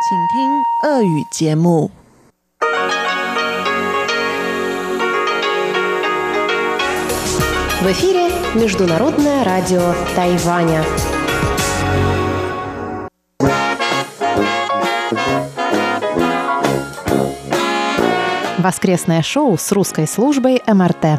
请听俄语节目。 В эфире Международное радио Тайваня. Воскресное шоу с русской службой МРТ.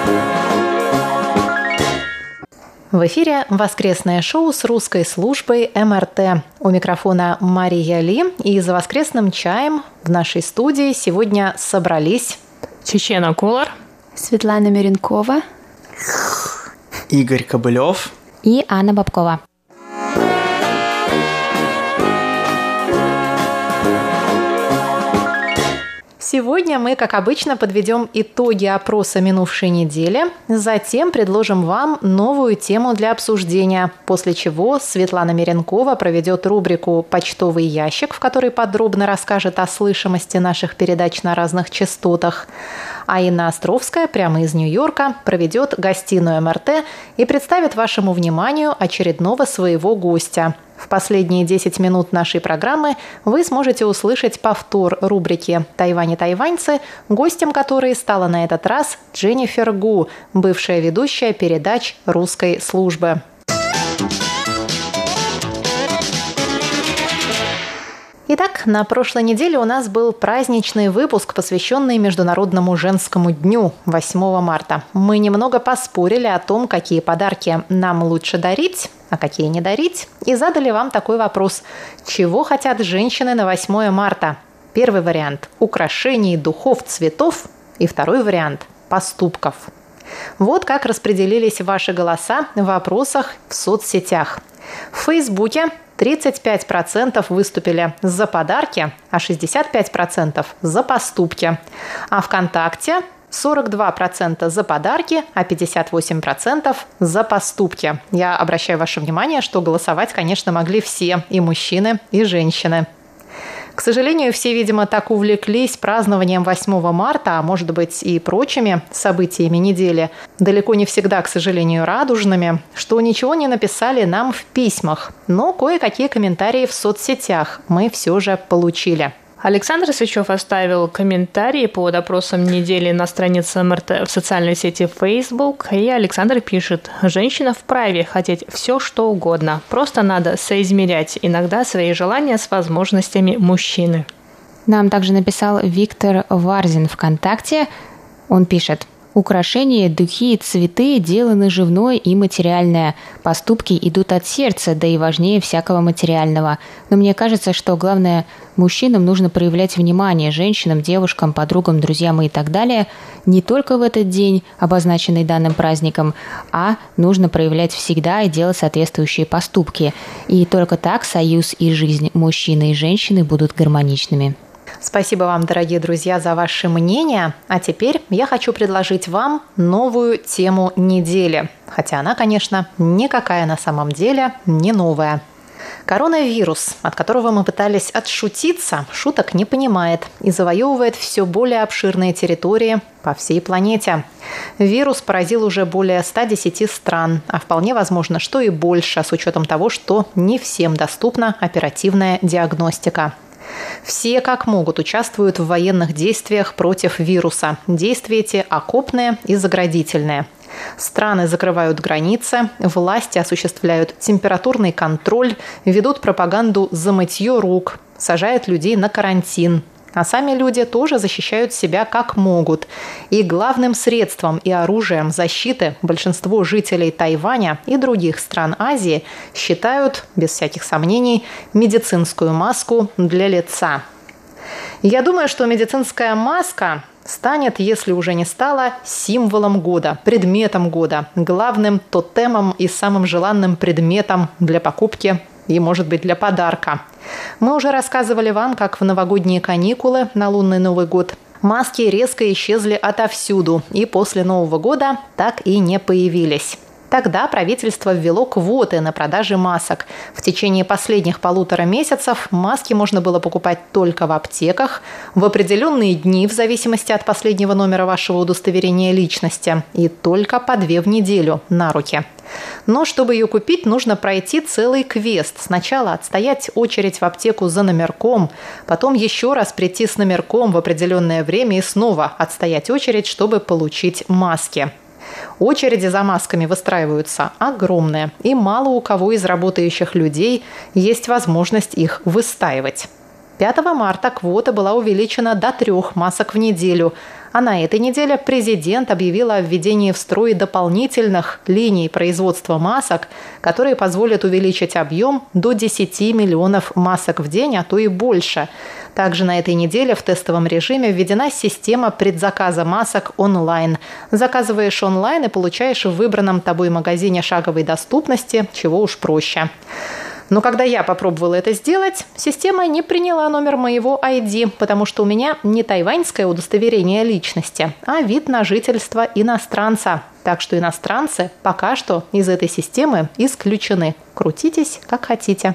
В эфире воскресное шоу с русской службой МРТ. У микрофона Мария Ли. И за воскресным чаем в нашей студии сегодня собрались Чечена Кулар, Светлана Миренкова, Игорь Кобылев и Анна Бабкова. Сегодня мы, как обычно, подведем итоги опроса минувшей недели, затем предложим вам новую тему для обсуждения, после чего Светлана Миренкова проведет рубрику «Почтовый ящик», в которой подробно расскажет о слышимости наших передач на разных частотах. А Инна Островская прямо из Нью-Йорка проведет гостиную МРТ и представит вашему вниманию очередного своего гостя. В последние 10 минут нашей программы вы сможете услышать повтор рубрики «Тайвань и тайваньцы», гостем которой стала на этот раз Дженнифер Гу, бывшая ведущая передач русской службы. Итак, на прошлой неделе у нас был праздничный выпуск, посвященный Международному женскому дню 8 марта. Мы немного поспорили о том, какие подарки нам лучше дарить, а какие не дарить, и задали вам такой вопрос: чего хотят женщины на 8 марта? Первый вариант – украшений, духов, цветов, и второй вариант – поступков. Вот как распределились ваши голоса в вопросах в соцсетях. В Фейсбуке 35% выступили за подарки, а 65% за поступки. А ВКонтакте 42% за подарки, а 58% за поступки. Я обращаю ваше внимание, что голосовать, конечно, могли все, и мужчины, и женщины. К сожалению, все, видимо, так увлеклись празднованием 8 марта, а может быть и прочими событиями недели, далеко не всегда, к сожалению, радужными, что ничего не написали нам в письмах. Но кое-какие комментарии в соцсетях мы все же получили. Александр Свечев оставил комментарии по опросам недели на странице МРТ в социальной сети Facebook. И Александр пишет: «Женщина вправе хотеть все, что угодно. Просто надо соизмерять иногда свои желания с возможностями мужчины». Нам также написал Виктор Варзин ВКонтакте. Он пишет: «Украшения, духи и цветы – дело наживное и материальное. Поступки идут от сердца, да и важнее всякого материального. Но мне кажется, что главное, мужчинам нужно проявлять внимание женщинам, девушкам, подругам, друзьям и так далее не только в этот день, обозначенный данным праздником, а нужно проявлять всегда и делать соответствующие поступки. И только так союз и жизнь мужчины и женщины будут гармоничными». Спасибо вам, дорогие друзья, за ваши мнения. А теперь я хочу предложить вам новую тему недели. Хотя она, конечно, никакая на самом деле не новая. Коронавирус, от которого мы пытались отшутиться, шуток не понимает и завоевывает все более обширные территории по всей планете. Вирус поразил уже более 110 стран, а вполне возможно, что и больше, с учетом того, что не всем доступна оперативная диагностика. Все, как могут, участвуют в военных действиях против вируса. Действия эти окопные и заградительные. Страны закрывают границы, власти осуществляют температурный контроль, ведут пропаганду за мытье рук, сажают людей на карантин. А сами люди тоже защищают себя как могут. И главным средством и оружием защиты большинство жителей Тайваня и других стран Азии считают, без всяких сомнений, медицинскую маску для лица. Я думаю, что медицинская маска станет, если уже не стала, символом года, предметом года, главным тотемом и самым желанным предметом для покупки и, может быть, для подарка. Мы уже рассказывали вам, как в новогодние каникулы на лунный Новый год маски резко исчезли отовсюду и после Нового года так и не появились. Тогда правительство ввело квоты на продажи масок. В течение последних 1,5 месяцев маски можно было покупать только в аптеках, в определенные дни, в зависимости от последнего номера вашего удостоверения личности, и только по 2 в неделю на руки. Но чтобы ее купить, нужно пройти целый квест. Сначала отстоять очередь в аптеку за номерком, потом еще раз прийти с номерком в определенное время и снова отстоять очередь, чтобы получить маски. Очереди за масками выстраиваются огромные, и мало у кого из работающих людей есть возможность их выстаивать. 5 марта квота была увеличена до 3 масок в неделю, а на этой неделе президент объявил о введении в строй дополнительных линий производства масок, которые позволят увеличить объем до 10 миллионов масок в день, а то и больше. Также на этой неделе в тестовом режиме введена система предзаказа масок онлайн. Заказываешь онлайн и получаешь в выбранном тобой магазине шаговой доступности, чего уж проще. Но когда я попробовала это сделать, система не приняла номер моего ID, потому что у меня не тайваньское удостоверение личности, а вид на жительство иностранца. Так что иностранцы пока что из этой системы исключены. Крутитесь, как хотите.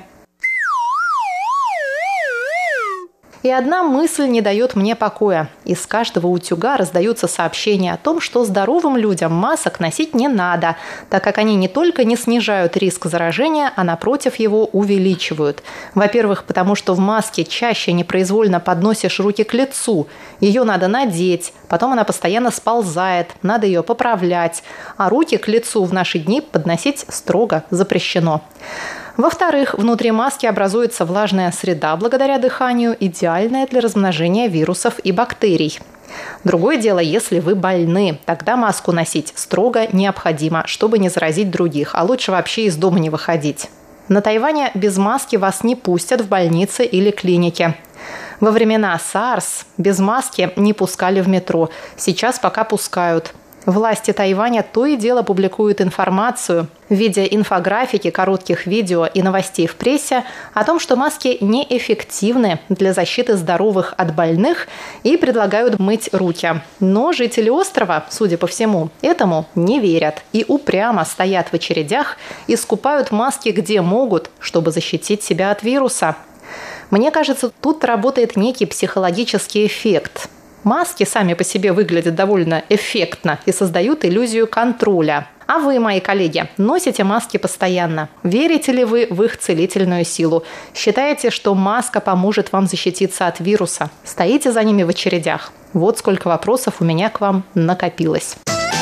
И одна мысль не дает мне покоя. Из каждого утюга раздаются сообщения о том, что здоровым людям масок носить не надо, так как они не только не снижают риск заражения, а напротив его увеличивают. Во-первых, потому что в маске чаще непроизвольно подносишь руки к лицу. Ее надо надеть, потом она постоянно сползает, надо ее поправлять. А руки к лицу в наши дни подносить строго запрещено. Во-вторых, внутри маски образуется влажная среда благодаря дыханию, идеальная для размножения вирусов и бактерий. Другое дело, если вы больны, тогда маску носить строго необходимо, чтобы не заразить других, а лучше вообще из дома не выходить. На Тайване без маски вас не пустят в больницы или клиники. Во времена SARS без маски не пускали в метро, сейчас пока пускают. Власти Тайваня то и дело публикуют информацию в виде инфографики, коротких видео и новостей в прессе о том, что маски неэффективны для защиты здоровых от больных и предлагают мыть руки. Но жители острова, судя по всему, этому не верят и упрямо стоят в очередях и скупают маски где могут, чтобы защитить себя от вируса. Мне кажется, тут работает некий психологический эффект. Маски сами по себе выглядят довольно эффектно и создают иллюзию контроля. А вы, мои коллеги, носите маски постоянно. Верите ли вы в их целительную силу? Считаете, что маска поможет вам защититься от вируса? Стоите за ними в очередях? Вот сколько вопросов у меня к вам накопилось.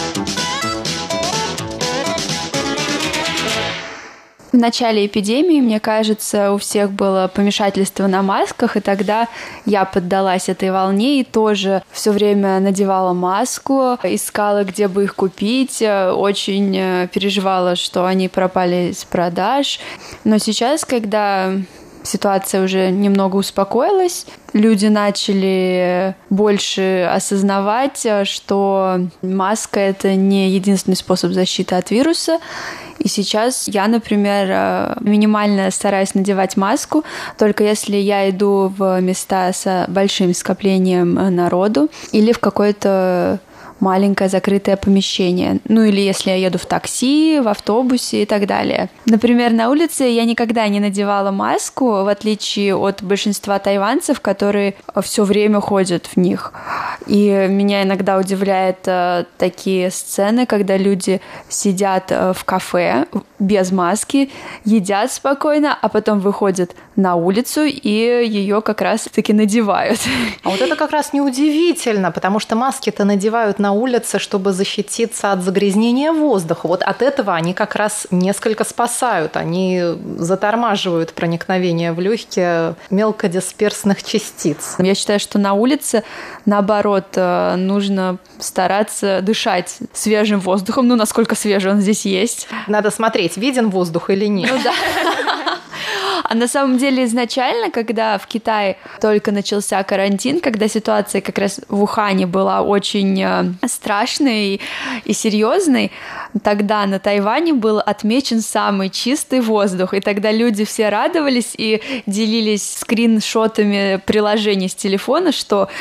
В начале эпидемии, мне кажется, у всех было помешательство на масках, и тогда я поддалась этой волне и тоже все время надевала маску, искала, где бы их купить, очень переживала, что они пропали с продаж. Но сейчас, когда ситуация уже немного успокоилась, люди начали больше осознавать, что маска — это не единственный способ защиты от вируса. И сейчас я, например, минимально стараюсь надевать маску, только если я иду в места с большим скоплением народу или в какое-то маленькое закрытое помещение. Ну или если я еду в такси, в автобусе и так далее. Например, на улице я никогда не надевала маску, в отличие от большинства тайванцев, которые все время ходят в них. И меня иногда удивляют такие сцены, когда люди сидят в кафе без маски, едят спокойно, а потом выходят на улицу и ее как раз-таки надевают. А вот это как раз неудивительно, потому что маски-то надевают на улице, чтобы защититься от загрязнения воздуха. Вот от этого они как раз несколько спасают. Они затормаживают проникновение в легкие мелкодисперсных частиц. Я считаю, что на улице, наоборот, нужно стараться дышать свежим воздухом. Ну, насколько свежий он здесь есть. Надо смотреть, виден воздух или нет. Ну да. А на самом деле изначально, когда в Китае только начался карантин, когда ситуация как раз в Ухане была очень страшной и серьезной, тогда на Тайване был отмечен самый чистый воздух. И тогда люди все радовались и делились скриншотами приложений с телефона, что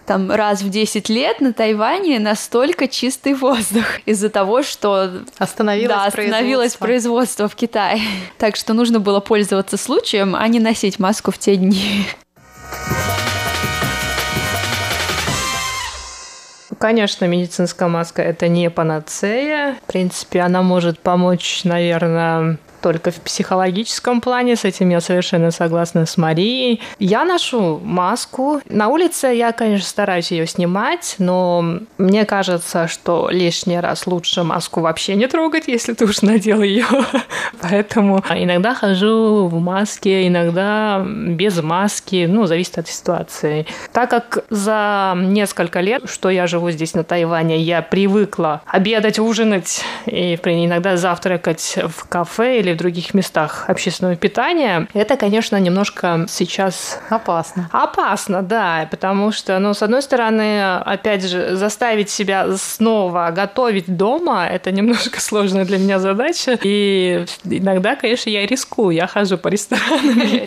там раз в 10 лет на Тайване настолько чистый воздух из-за того, что остановилось производство в Китае. Так что нужно было пользоваться случаем, а не носить маску в те дни. Конечно, медицинская маска – это не панацея. В принципе, она может помочь, наверное, только в психологическом плане. С этим я совершенно согласна с Марией. Я ношу маску. На улице я, конечно, стараюсь ее снимать, но мне кажется, что лишний раз лучше маску вообще не трогать, если ты уж надел ее. Поэтому иногда хожу в маске, иногда без маски. Зависит от ситуации. Так как за несколько лет, что я живу здесь на Тайване, я привыкла обедать, ужинать и иногда завтракать в кафе или в других местах общественного питания, это, конечно, немножко сейчас опасно. Опасно, да, потому что, с одной стороны, опять же, заставить себя снова готовить дома, это немножко сложная для меня задача, и иногда, конечно, я рискую, я хожу по ресторанам,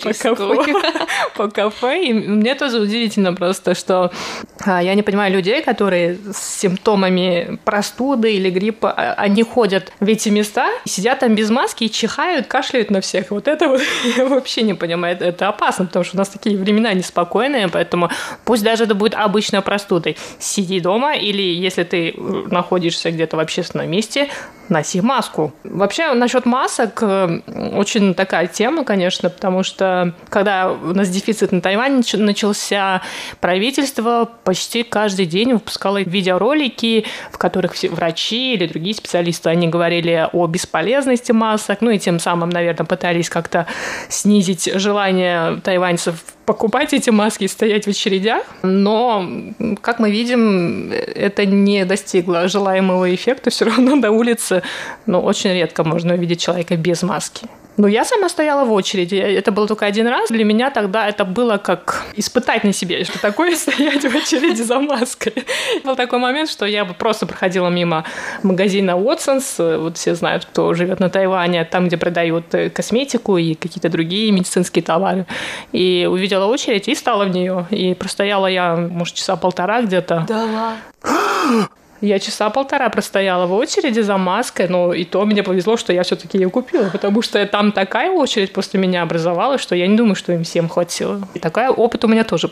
по кафе, и мне тоже удивительно просто, что я не понимаю людей, которые с симптомами простуды или гриппа, они ходят в эти места, сидят там без маски и чихают, кашляют на всех. Вот это я вообще не понимаю. Это опасно, потому что у нас такие времена неспокойные, поэтому пусть даже это будет обычной простудой. Сиди дома, или если ты находишься где-то в общественном месте, носи маску. Вообще, насчет масок очень такая тема, конечно, потому что когда у нас дефицит на Тайване начался, правительство почти каждый день выпускало видеоролики, в которых все врачи или другие специалисты, они говорили о бесполезности масок, и тем самым, наверное, пытались как-то снизить желание тайваньцев покупать эти маски и стоять в очередях. Но, как мы видим, это не достигло желаемого эффекта. Все равно на улице очень редко можно увидеть человека без маски. Я сама стояла в очереди. Это было только один раз. Для меня тогда это было как испытать на себе, что такое стоять в очереди за маской. Был такой момент, что я просто проходила мимо магазина Watsons. Вот все знают, кто живет на Тайване, там, где продают косметику и какие-то другие медицинские товары. И увидела очередь и стала в нее. И простояла я, может, часа полтора где-то. Да ладно. Я часа полтора простояла в очереди за маской, и то мне повезло, что я все-таки ее купила, потому что там такая очередь после меня образовалась, что я не думаю, что им всем хватило. И такой опыт у меня тоже.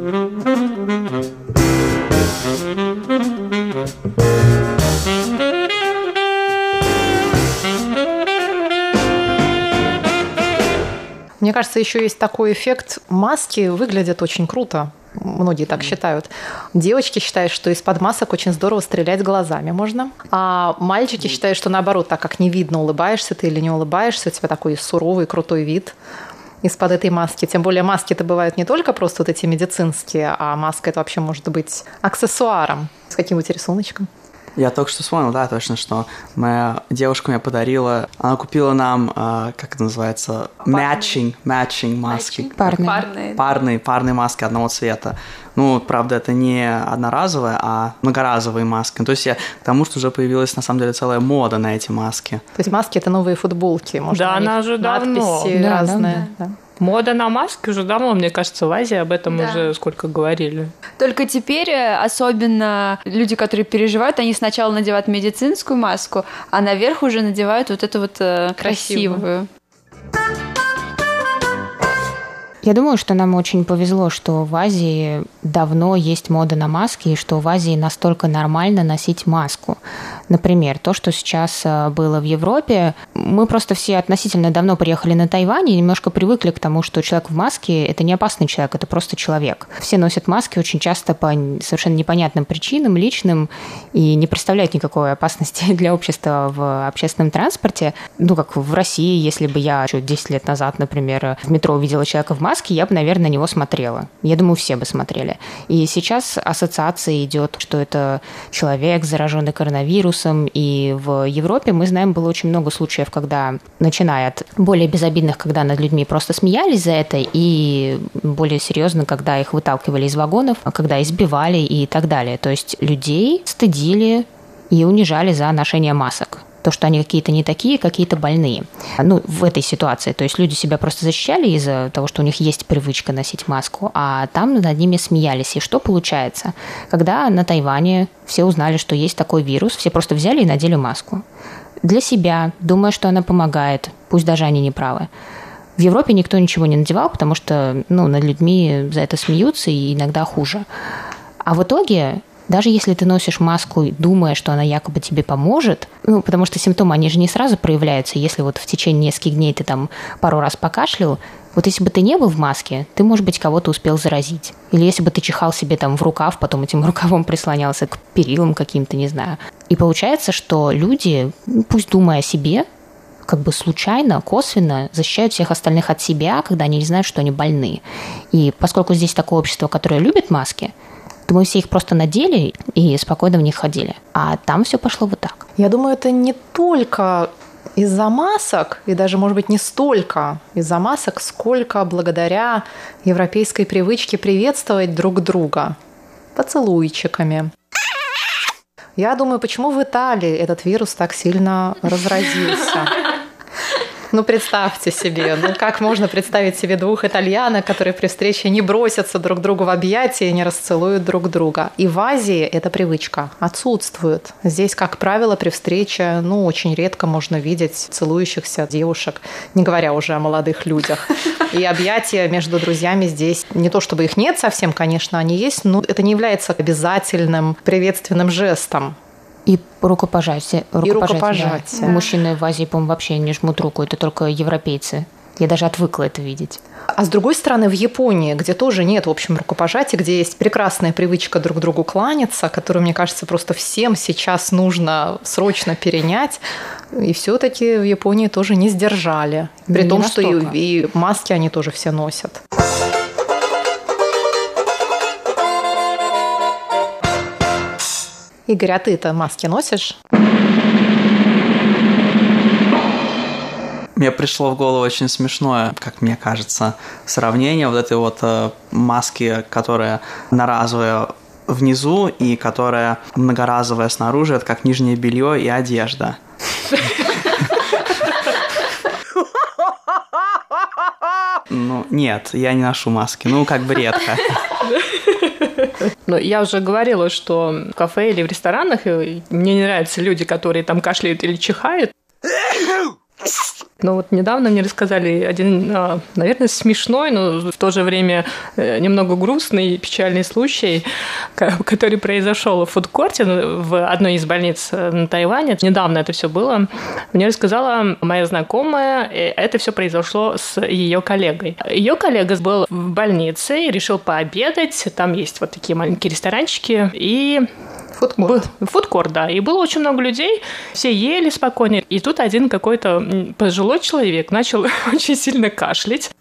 Мне кажется, еще есть такой эффект. Маски выглядят очень круто. Многие так считают. Девочки считают, что из-под масок очень здорово стрелять глазами можно. А мальчики считают, что наоборот, так как не видно, улыбаешься ты или не улыбаешься, у тебя такой суровый, крутой вид из-под этой маски. Тем более маски-то бывают не только просто вот эти медицинские, а маска это вообще может быть аксессуаром с каким-нибудь рисуночком. Я только что вспомнил, да, точно, что моя девушка мне подарила, она купила нам, как это называется, matching маски. Парные маски одного цвета. Правда, это не одноразовая, а многоразовые маски. То есть я к тому, что уже появилась, на самом деле, целая мода на эти маски. То есть маски – это новые футболки, можно да, она же надписи разные. Да. Мода на маски уже давно, мне кажется, в Азии об этом уже сколько говорили. Только теперь, особенно люди, которые переживают, они сначала надевают медицинскую маску, а наверх уже надевают вот эту вот красивую. Я думаю, что нам очень повезло, что в Азии давно есть мода на маски, и что в Азии настолько нормально носить маску. Например, то, что сейчас было в Европе, мы просто все относительно давно приехали на Тайвань и немножко привыкли к тому, что человек в маске – это не опасный человек, это просто человек. Все носят маски очень часто по совершенно непонятным причинам, личным, и не представляют никакой опасности для общества в общественном транспорте. Как в России, если бы я еще 10 лет назад, например, в метро увидела человека в маске, я бы, наверное, на него смотрела. Я думаю, все бы смотрели. И сейчас ассоциация идет, что это человек, зараженный коронавирусом, и в Европе, мы знаем, было очень много случаев, когда, начиная от более безобидных, когда над людьми просто смеялись за это, и более серьезно, когда их выталкивали из вагонов, когда избивали и так далее. То есть людей стыдили и унижали за ношение масок. То, что они какие-то не такие, какие-то больные. Ну, в этой ситуации. То есть люди себя просто защищали из-за того, что у них есть привычка носить маску, а там над ними смеялись. И что получается? Когда на Тайване все узнали, что есть такой вирус, все просто взяли и надели маску. Для себя, думая, что она помогает, пусть даже они не правы. В Европе никто ничего не надевал, потому что над людьми за это смеются и иногда хуже. А в итоге, даже если ты носишь маску, думая, что она якобы тебе поможет, потому что симптомы, они же не сразу проявляются. Если вот в течение нескольких дней ты там пару раз покашлял, вот если бы ты не был в маске, ты, может быть, кого-то успел заразить. Или если бы ты чихал себе там в рукав, потом этим рукавом прислонялся к перилам каким-то, не знаю. И получается, что люди, пусть думая о себе, как бы случайно, косвенно защищают всех остальных от себя, когда они не знают, что они больны. И поскольку здесь такое общество, которое любит маски, то мы все их просто надели и спокойно в них ходили. А там все пошло вот так. Я думаю, это не только из-за масок, и даже, может быть, не столько из-за масок, сколько благодаря европейской привычке приветствовать друг друга поцелуйчиками. Я думаю, почему в Италии этот вирус так сильно разразился. Представьте себе, как можно представить себе двух итальянок, которые при встрече не бросятся друг другу в объятия и не расцелуют друг друга. И в Азии эта привычка отсутствует. Здесь, как правило, при встрече, очень редко можно видеть целующихся девушек, не говоря уже о молодых людях. И объятия между друзьями здесь, не то чтобы их нет совсем, конечно, они есть, но это не является обязательным приветственным жестом. И рукопожатие. И рукопожатие. Да. Мужчины в Азии, по-моему, вообще не жмут руку, это только европейцы. Я даже отвыкла это видеть. А с другой стороны, в Японии, где тоже нет, в общем, рукопожатия, где есть прекрасная привычка друг другу кланяться, которую, мне кажется, просто всем сейчас нужно срочно перенять, и все-таки в Японии тоже не сдержали. При том, что и маски они тоже все носят. Игорь, а ты-то маски носишь? Мне пришло в голову очень смешное, как мне кажется, сравнение вот этой вот маски, которая одноразовая внизу и которая многоразовая снаружи, это как нижнее белье и одежда. Нет, я не ношу маски, как бы редко. Но я уже говорила, что в кафе или в ресторанах мне не нравятся люди, которые там кашляют или чихают. Но вот недавно мне рассказали один, наверное, смешной, но в то же время немного грустный и печальный случай, который произошел в фудкорте в одной из больниц на Тайване. Недавно это все было. Мне рассказала моя знакомая, это все произошло с ее коллегой. Ее коллега был в больнице и решил пообедать. Там есть вот такие маленькие ресторанчики и... Фудкорт, да. И было очень много людей, все ели спокойно. И тут один какой-то пожилой человек начал очень сильно кашлять.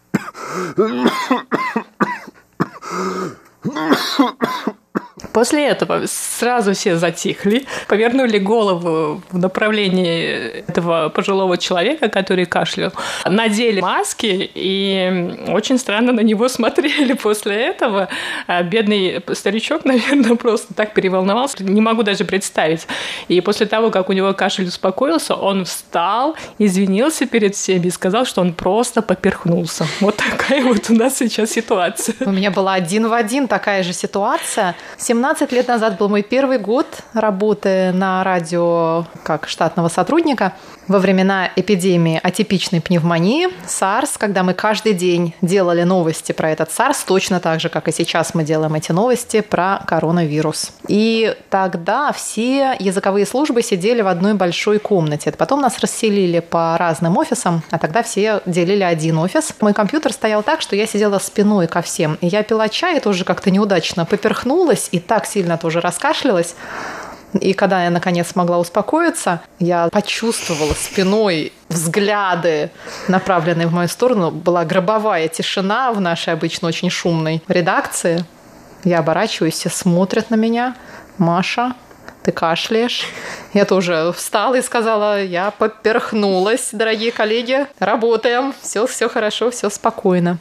После этого сразу все затихли, повернули голову в направлении этого пожилого человека, который кашлял, надели маски и очень странно на него смотрели после этого. Бедный старичок, наверное, просто так переволновался, не могу даже представить. И после того, как у него кашель успокоился, он встал, извинился перед всеми и сказал, что он просто поперхнулся. Вот такая вот у нас сейчас ситуация. У меня была один в один такая же ситуация. 17 лет назад был мой первый год работы на радио как штатного сотрудника во времена эпидемии атипичной пневмонии, SARS, когда мы каждый день делали новости про этот SARS, точно так же, как и сейчас мы делаем эти новости про коронавирус. И тогда все языковые службы сидели в одной большой комнате. Потом нас расселили по разным офисам, а тогда все делили один офис. Мой компьютер стоял так, что я сидела спиной ко всем. И я пила чай, и тоже как-то неудачно поперхнулась, и так сильно тоже раскашлялась. И когда я, наконец, смогла успокоиться, я почувствовала спиной взгляды, направленные в мою сторону. Была гробовая тишина в нашей обычно очень шумной редакции. Я оборачиваюсь, все смотрят на меня. Маша, ты кашляешь. Я тоже встала и сказала, я поперхнулась, дорогие коллеги. Работаем, все хорошо, все спокойно.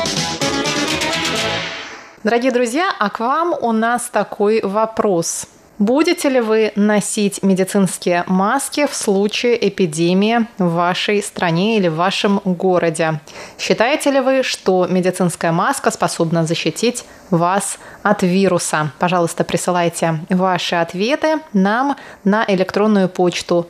Дорогие друзья, а к вам у нас такой вопрос. Будете ли вы носить медицинские маски в случае эпидемии в вашей стране или в вашем городе? Считаете ли вы, что медицинская маска способна защитить вас от вируса? Пожалуйста, присылайте ваши ответы нам на электронную почту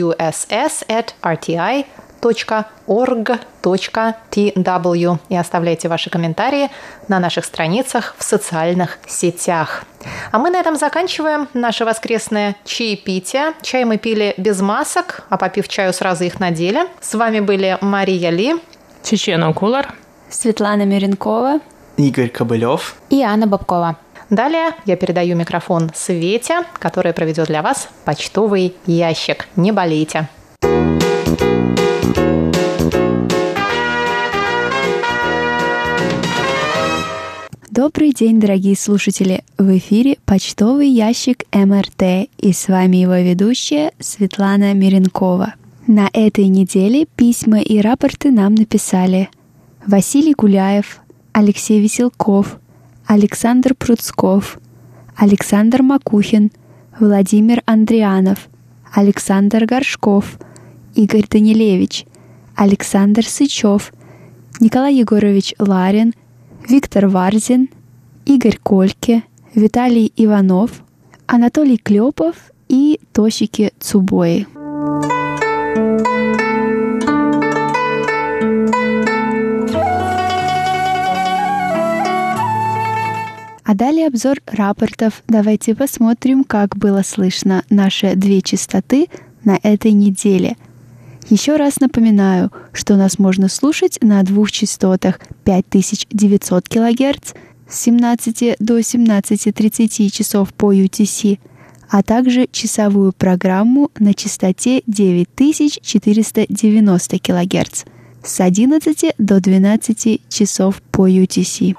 russ@rti.org.tw и оставляйте ваши комментарии на наших страницах в социальных сетях. А мы на этом заканчиваем наше воскресное чаепитие. Чай мы пили без масок, а попив чаю, сразу их надели. С вами были Мария Ли, Чечена Кулар, Светлана Миренкова, Игорь Кобылев и Анна Бабкова. Далее я передаю микрофон Свете, которая проведет для вас почтовый ящик. Не болейте. Добрый день, дорогие слушатели! В эфире почтовый ящик МРТ, и с вами его ведущая Светлана Миренкова. На этой неделе письма и рапорты нам написали Василий Гуляев, Алексей Веселков, Александр Пруцков, Александр Макухин, Владимир Андрианов, Александр Горшков, Игорь Данилевич, Александр Сычев, Николай Егорович Ларин, Виктор Варзин, Игорь Кольке, Виталий Иванов, Анатолий Клепов и Тосики Цубои. А далее обзор рапортов. Давайте посмотрим, как было слышно наши 2 частоты на этой неделе. Еще раз напоминаю, что нас можно слушать на 2 частотах 5900 кГц с 17 до 17:30 часов по UTC, а также часовую программу на частоте 9490 кГц с 11 до 12 часов по UTC.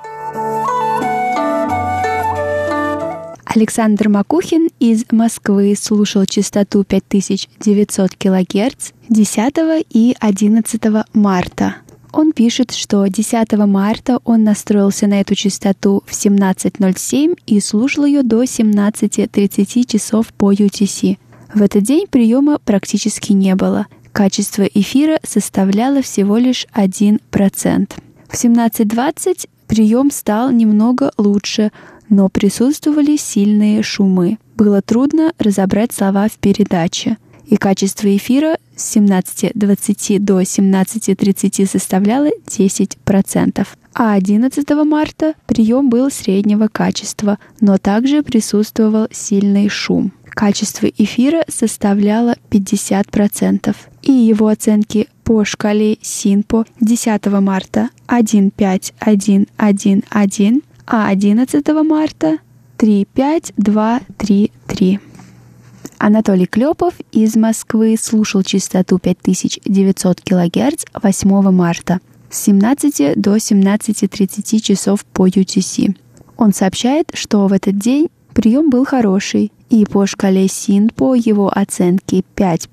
Александр Макухин из Москвы слушал частоту 5900 кГц 10 и 11 марта. Он пишет, что 10 марта он настроился на эту частоту в 17:07 и слушал ее до 17:30 часов по UTC. В этот день приема практически не было. Качество эфира составляло всего лишь 1%. В 17:20 прием стал немного лучше, но присутствовали сильные шумы. Было трудно разобрать слова в передаче. И качество эфира с 17:20 до 17:30 составляло 10%. А 11 марта прием был среднего качества, но также присутствовал сильный шум. Качество эфира составляло 50%. И его оценки по шкале СИНПО 10 марта 1,5,1,1,1, а 11 марта 3,5,2,3,3. Анатолий Клепов из Москвы слушал частоту 5900 кГц 8 марта с 17 до 17:30 часов по UTC. Он сообщает, что в этот день прием был хороший, и по шкале СИНПО его оценки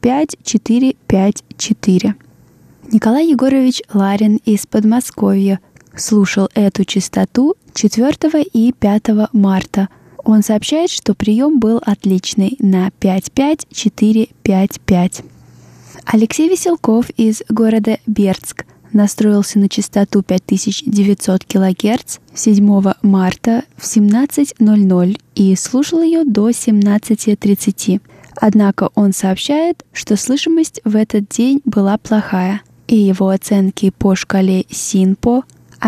5,5,4,5,4. Николай Егорович Ларин из Подмосковья слушал эту частоту 4 и 5 марта. Он сообщает, что прием был отличный на 5,5,4,5,5. Алексей Веселков из города Бердск настроился на частоту 5900 кГц 7 марта в 17:00 и слушал ее до 17:30. Однако он сообщает, что слышимость в этот день была плохая, и его оценки по шкале СИНПО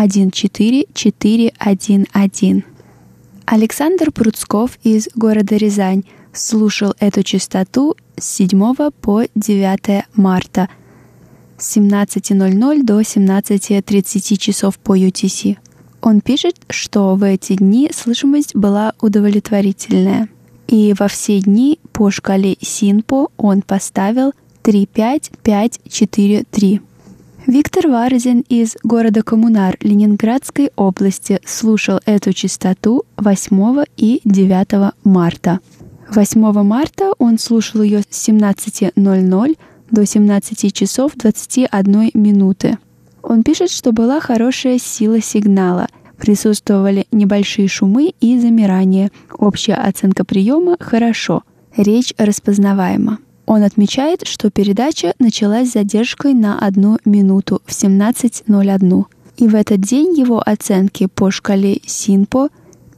1,4,4,1,1. Александр Пруцков из города Рязань слушал эту частоту с 7 по 9 марта с 17:00 до 17:30 часов по UTC. Он пишет, что в эти дни слышимость была удовлетворительная. И во все дни по шкале СИНПО он поставил 3,5,5,4,3. Виктор Варзин из города Коммунар Ленинградской области слушал эту частоту 8 и 9 марта. 8 марта он слушал ее с 17:00 до 17 часов 21 минуты. Он пишет, что была хорошая сила сигнала. Присутствовали небольшие шумы и замирания. Общая оценка приема «хорошо». Речь распознаваема. Он отмечает, что передача началась с задержкой на 1 минуту в 17:01. И в этот день его оценки по шкале Синпо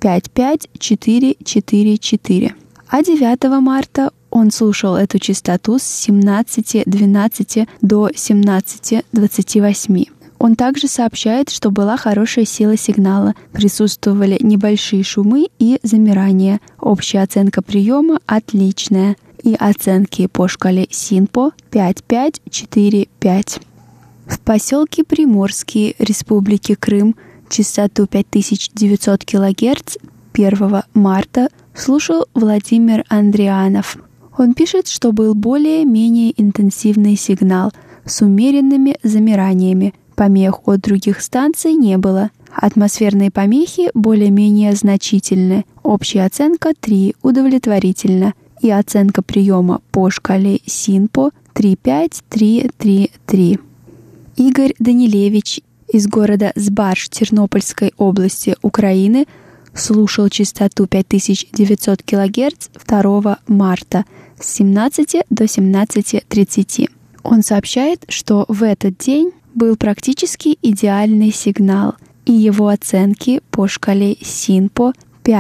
5-5-4-4-4. А 9 марта он слушал эту частоту с 17:12 до 17:28. Он также сообщает, что была хорошая сила сигнала, присутствовали небольшие шумы и замирания. Общая оценка приема отличная. И оценки по шкале Синпо 5-5-4-5. В поселке Приморский Республики Крым частоту 5900 кГц 1 марта слушал Владимир Андрианов. Он пишет, что был более-менее интенсивный сигнал с умеренными замираниями. Помех от других станций не было. Атмосферные помехи более-менее значительны. Общая оценка 3 удовлетворительно. И оценка приема по шкале Синпо 3-5-3-3-3. Игорь Данилевич из города Сбарж Тернопольской области Украины слушал частоту 5900 кГц 2 марта с 17 до 17:30. Он сообщает, что в этот день был практически идеальный сигнал, и его оценки по шкале Синпо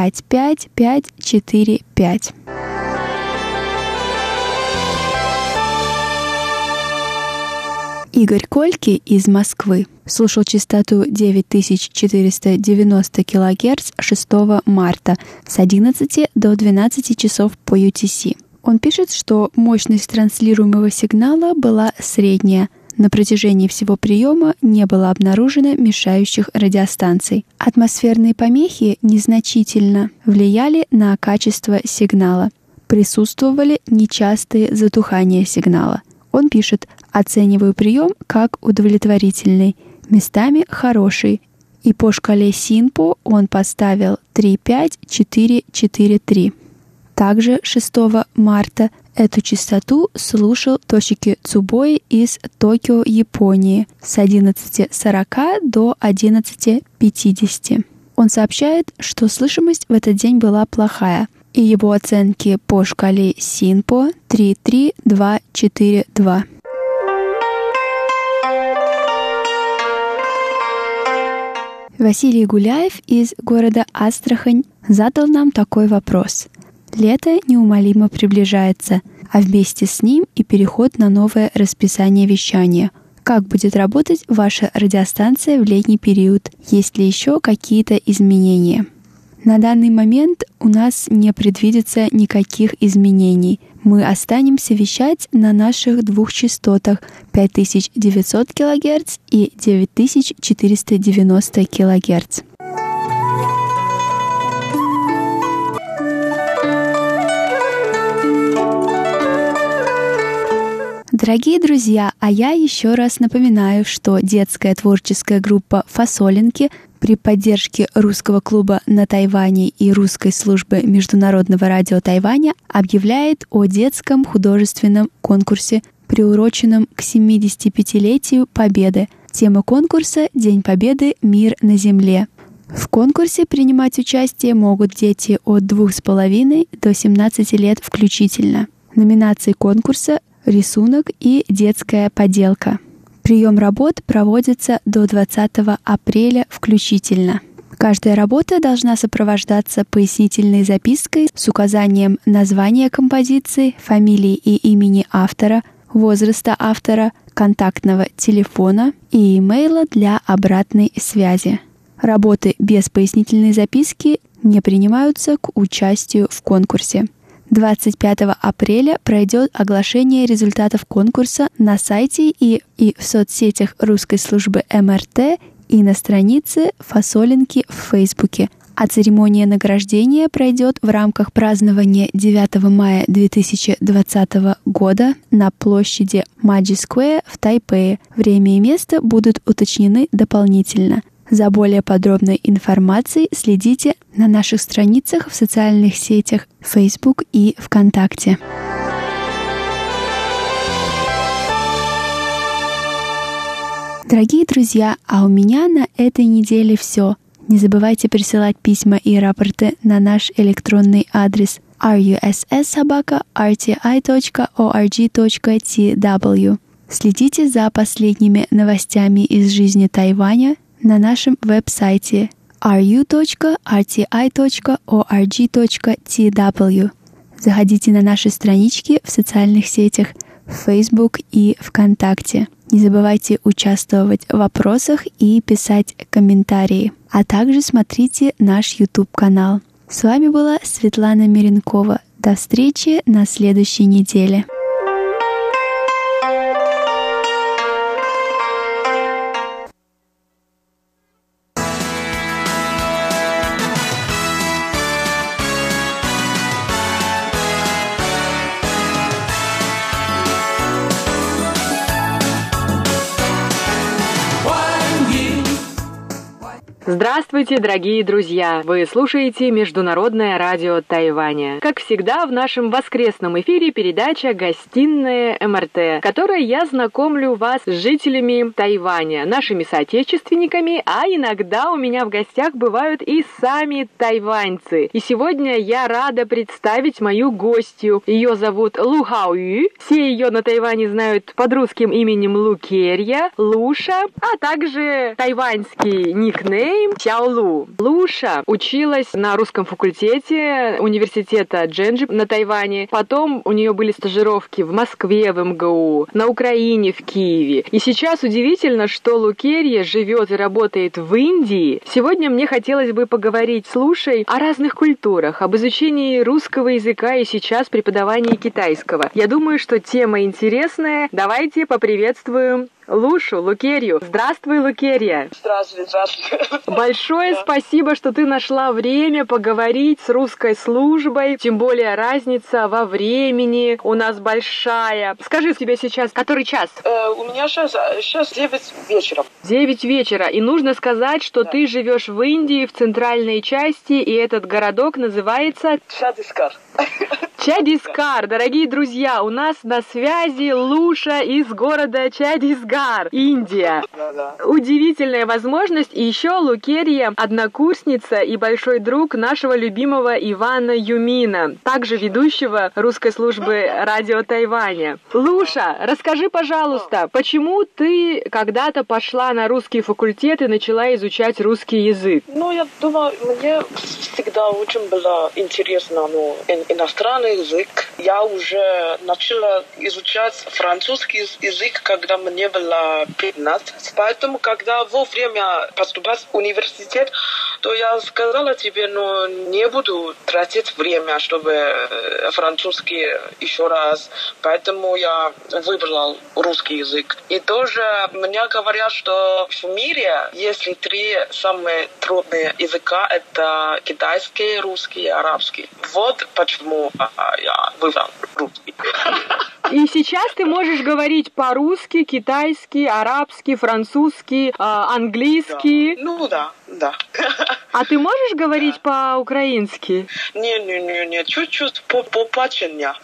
5-5-5-4-5. Игорь Кольки из Москвы слушал частоту 9490 кГц 6 марта с 11 до 12 часов по UTC. Он пишет, что мощность транслируемого сигнала была средняя. На протяжении всего приема не было обнаружено мешающих радиостанций. Атмосферные помехи незначительно влияли на качество сигнала. Присутствовали нечастые затухания сигнала. Он пишет: «Оцениваю прием как удовлетворительный, местами хороший». И по шкале Синпо он поставил 3-5-4-4-3. Также 6 марта эту частоту слушал Тошики Цубой из Токио, Японии с 11:40 до 11:50. Он сообщает, что слышимость в этот день была плохая, и его оценки по шкале Синпо 3-3-2-4-2. Василий Гуляев из города Астрахань задал нам такой вопрос. Лето неумолимо приближается, а вместе с ним и переход на новое расписание вещания. Как будет работать ваша радиостанция в летний период? Есть ли еще какие-то изменения? На данный момент у нас не предвидится никаких изменений. Мы останемся вещать на наших двух частотах 5900 кГц и 9490 кГц. Дорогие друзья, а я еще раз напоминаю, что детская творческая группа «Фасолинки» при поддержке Русского клуба на Тайване и Русской службы Международного радио Тайваня объявляет о детском художественном конкурсе, приуроченном к 75-летию Победы. Тема конкурса «День Победы. Мир на Земле». В конкурсе принимать участие могут дети от 2,5 до 17 лет включительно. Номинации конкурса – рисунок и детская поделка. Прием работ проводится до 20 апреля включительно. Каждая работа должна сопровождаться пояснительной запиской с указанием названия композиции, фамилии и имени автора, возраста автора, контактного телефона и имейла для обратной связи. Работы без пояснительной записки не принимаются к участию в конкурсе. 25 апреля пройдет оглашение результатов конкурса на сайте и в соцсетях Русской службы МРТ и на странице «Фасолинки» в Фейсбуке. А церемония награждения пройдет в рамках празднования 9 мая 2020 года на площади Маджи Сквер в Тайпее. Время и место будут уточнены дополнительно. За более подробной информацией следите на наших страницах в социальных сетях Facebook и ВКонтакте. Дорогие друзья, а у меня на этой неделе все. Не забывайте присылать письма и рапорты на наш электронный адрес russ@rti.org.tw. Следите за последними новостями из жизни Тайваня на нашем веб-сайте ru.rti.org.tw. Заходите на наши странички в социальных сетях Facebook и ВКонтакте. Не забывайте участвовать в вопросах и писать комментарии. А также смотрите наш YouTube-канал. С вами была Светлана Миренкова. До встречи на следующей неделе. Здравствуйте, дорогие друзья! Вы слушаете Международное радио Тайваня. Как всегда, в нашем воскресном эфире передача «Гостиная МРТ», в которой я знакомлю вас с жителями Тайваня, нашими соотечественниками, а иногда у меня в гостях бывают и сами тайваньцы. И сегодня я рада представить мою гостью. Ее зовут Лу Хаою. Все ее на Тайване знают под русским именем Лукерья, Луша, а также тайваньский никнейм Сяолу. Луша училась на русском факультете университета Джэнджи на Тайване. Потом у нее были стажировки в Москве, в МГУ, на Украине, в Киеве. И сейчас удивительно, что Лукерья живет и работает в Индии. Сегодня мне хотелось бы поговорить с Лушей о разных культурах, об изучении русского языка и сейчас преподавании китайского. Я думаю, что тема интересная. Давайте поприветствуем Лушу, Лукерью. Здравствуй, Лукерья. Здравствуй, здравствуй. Большое спасибо, что ты нашла время поговорить с русской службой, тем более разница во времени у нас большая. Скажи, тебе сейчас который час? У меня сейчас 9 вечера. 9 вечера. И нужно сказать, что ты живешь в Индии, в центральной части, и этот городок называется Чадискар. Чадискар. Дорогие друзья, у нас на связи Луша из города Чадискар, Индия. Да. Удивительная возможность. И еще Лукерья, однокурсница и большой друг нашего любимого Ивана Юмина, также ведущего русской службы радио Тайваня. Луша, расскажи, пожалуйста, почему ты когда-то пошла на русский факультет и начала изучать русский язык? Я думаю, мне всегда очень было интересно иностранный язык. Я уже начала изучать французский язык, когда мне было 15. Поэтому, когда во время поступать в университет, то я сказала тебе, не буду тратить время, чтобы французский еще раз. Поэтому я выбрала русский язык. И тоже мне говорят, что в мире есть 3 самые трудные языка. Это китайский, русский и арабский. Вот почему я выбрал русский. И сейчас ты можешь говорить по-русски, китайски, арабски, французски, английски. Да. А ты можешь говорить по-украински? Не, чуть-чуть по-паченья.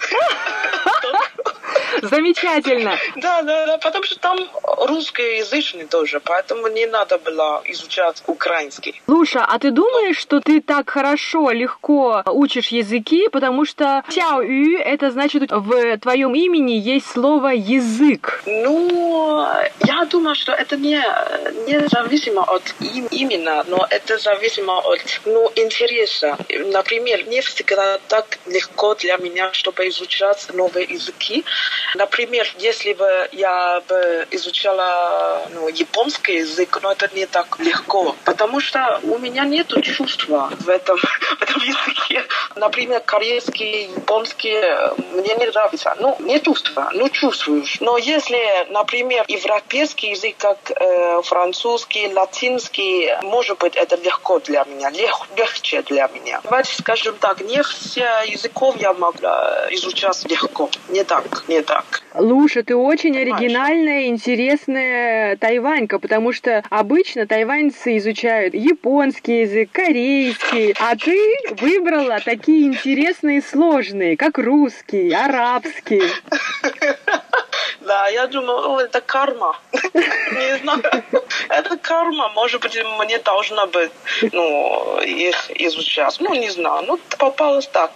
Замечательно. Да, потому что там русскоязычный тоже, поэтому не надо было изучать украинский. Луша, а ты думаешь, что ты так хорошо, легко учишь языки, потому что Сяою, это значит, в твоем имени есть слово «язык». Я думаю, что это не зависимо от именно, но это зависимо от интереса. Например, не всегда так легко для меня, чтобы изучать новые языки. Например, если бы я изучала японский язык, но это не так легко, потому что у меня нет чувства в этом языке. Например, корейский, японский мне не нравится. Не чувства, чувствуешь. Но если, например, европейский язык, как французский, латинский, может быть, это легко для меня, легче для меня. Давайте скажем так, не все языков я могла изучать легко. Не так. Луша, ты очень оригинальная, интересная тайванька, потому что обычно тайваньцы изучают японский язык, корейский, а ты выбрала такие интересные, сложные, как русский, арабский. Да, я думаю, это карма. Не знаю. Это карма. Может быть, мне должна быть, их изучать. Не знаю. Попалось так.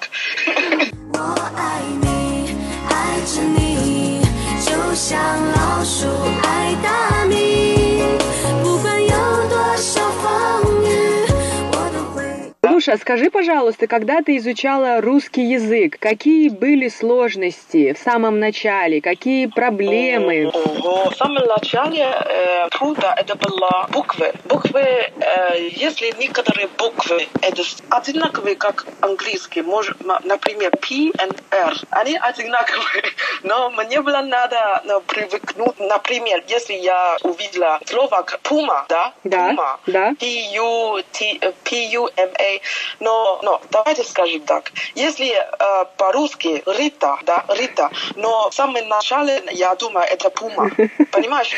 Слушай, скажи, пожалуйста, когда ты изучала русский язык, какие были сложности в самом начале, какие проблемы? В самом начале трудно это было буквы. Буквы, если некоторые буквы это одинаковые, как английский, например, P и R, они одинаковые, но мне было надо привыкнуть. Например, если я увидела слово пума, да? Пума, да. P-U-M-A. Но давайте скажем так. Если по-русски Рита, да, Рита, но в самом начале я думаю, это пума. Понимаешь?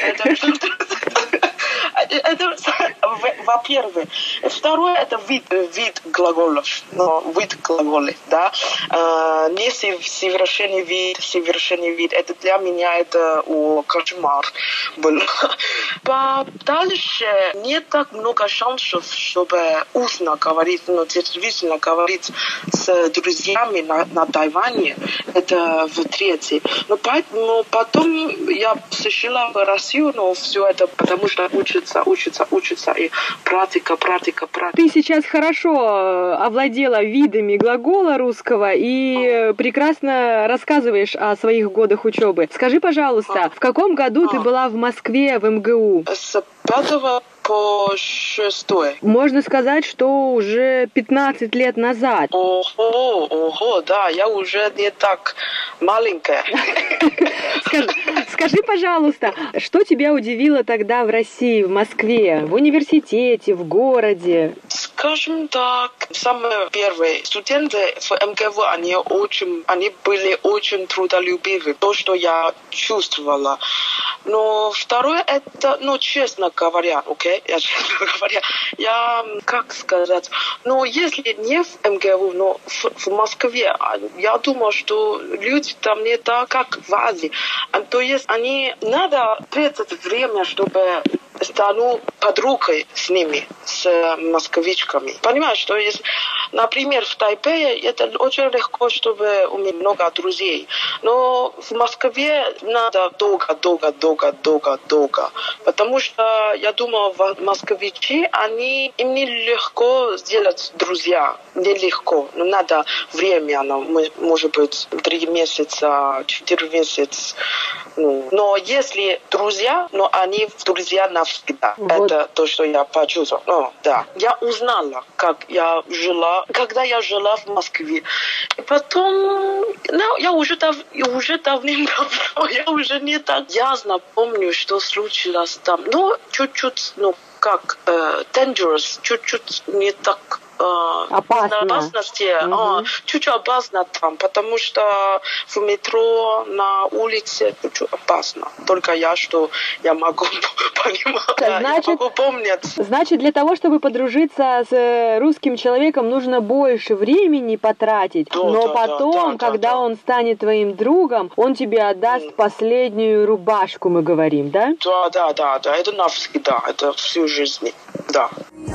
Это во-первых. Второе, это вид глаголов. Вид глаголов, да. Не совершенный вид. Это для меня это кошмар был. Дальше не так много шансов, чтобы устно говорить, действительно говорить с друзьями на Тайване. Это в-третьих. Но потом я пришла в Россию, но все это потому что учится и практика. Ты сейчас хорошо овладела видами глагола русского и прекрасно рассказываешь о своих годах учебы. Скажи, пожалуйста, в каком году ты была в Москве в МГУ? С 5 по 6. Можно сказать, что уже 15 лет назад. Ого, да, я уже не так маленькая. Скажи, пожалуйста, что тебя удивило тогда в России, в Москве, в университете, в городе? Скажем так, самые первые студенты в МГУ, они были очень трудолюбивы, то, что я чувствовала. Но второе, это, честно говоря, как сказать, если не в МГУ, но в Москве, я думаю, что люди там не так, как в Азии. То есть надо тратить время, чтобы стану подругой с ними, с москвичками. Понимаешь, что есть, например, в Тайпее это очень легко, чтобы у меня много друзей. Но в Москве надо долго. Потому что, я думаю, москвичи, им нелегко сделать друзья. Нелегко. Но надо время, может быть, 3 месяца, 4 месяца. Но если друзья, они друзья навсегда. Вот. Это то, что я почувствовала. Да. Я узнала, как я жила, когда я жила в Москве. И потом, я уже давным-давно, я уже не так ясно помню, что случилось там. Чуть-чуть, dangerous, чуть-чуть не так опасности, чуть-чуть опасно там, потому что в метро, на улице чуть-чуть опасно. Только я могу понимать, я могу помнить. Значит, для того, чтобы подружиться с русским человеком, нужно больше времени потратить, но потом, когда он станет твоим другом, он тебе отдаст последнюю рубашку, мы говорим, да? Да, это навсегда, это всю жизнь, да.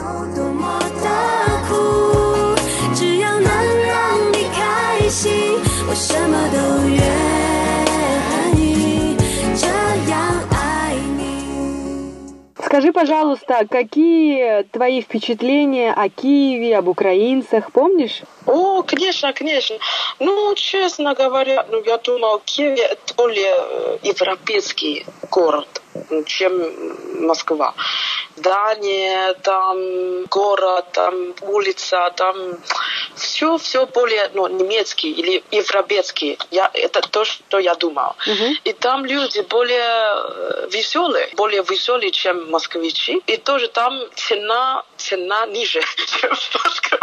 Скажи, пожалуйста, какие твои впечатления о Киеве, об украинцах, помнишь? Конечно. Честно говоря, я думал, Киев это более европейский город, чем Москва. Здание, там город, там улица, там все более немецкий или европейский. Это то, что я думал. И там люди более веселые, чем москвичи. И тоже там цена ниже, чем Москва.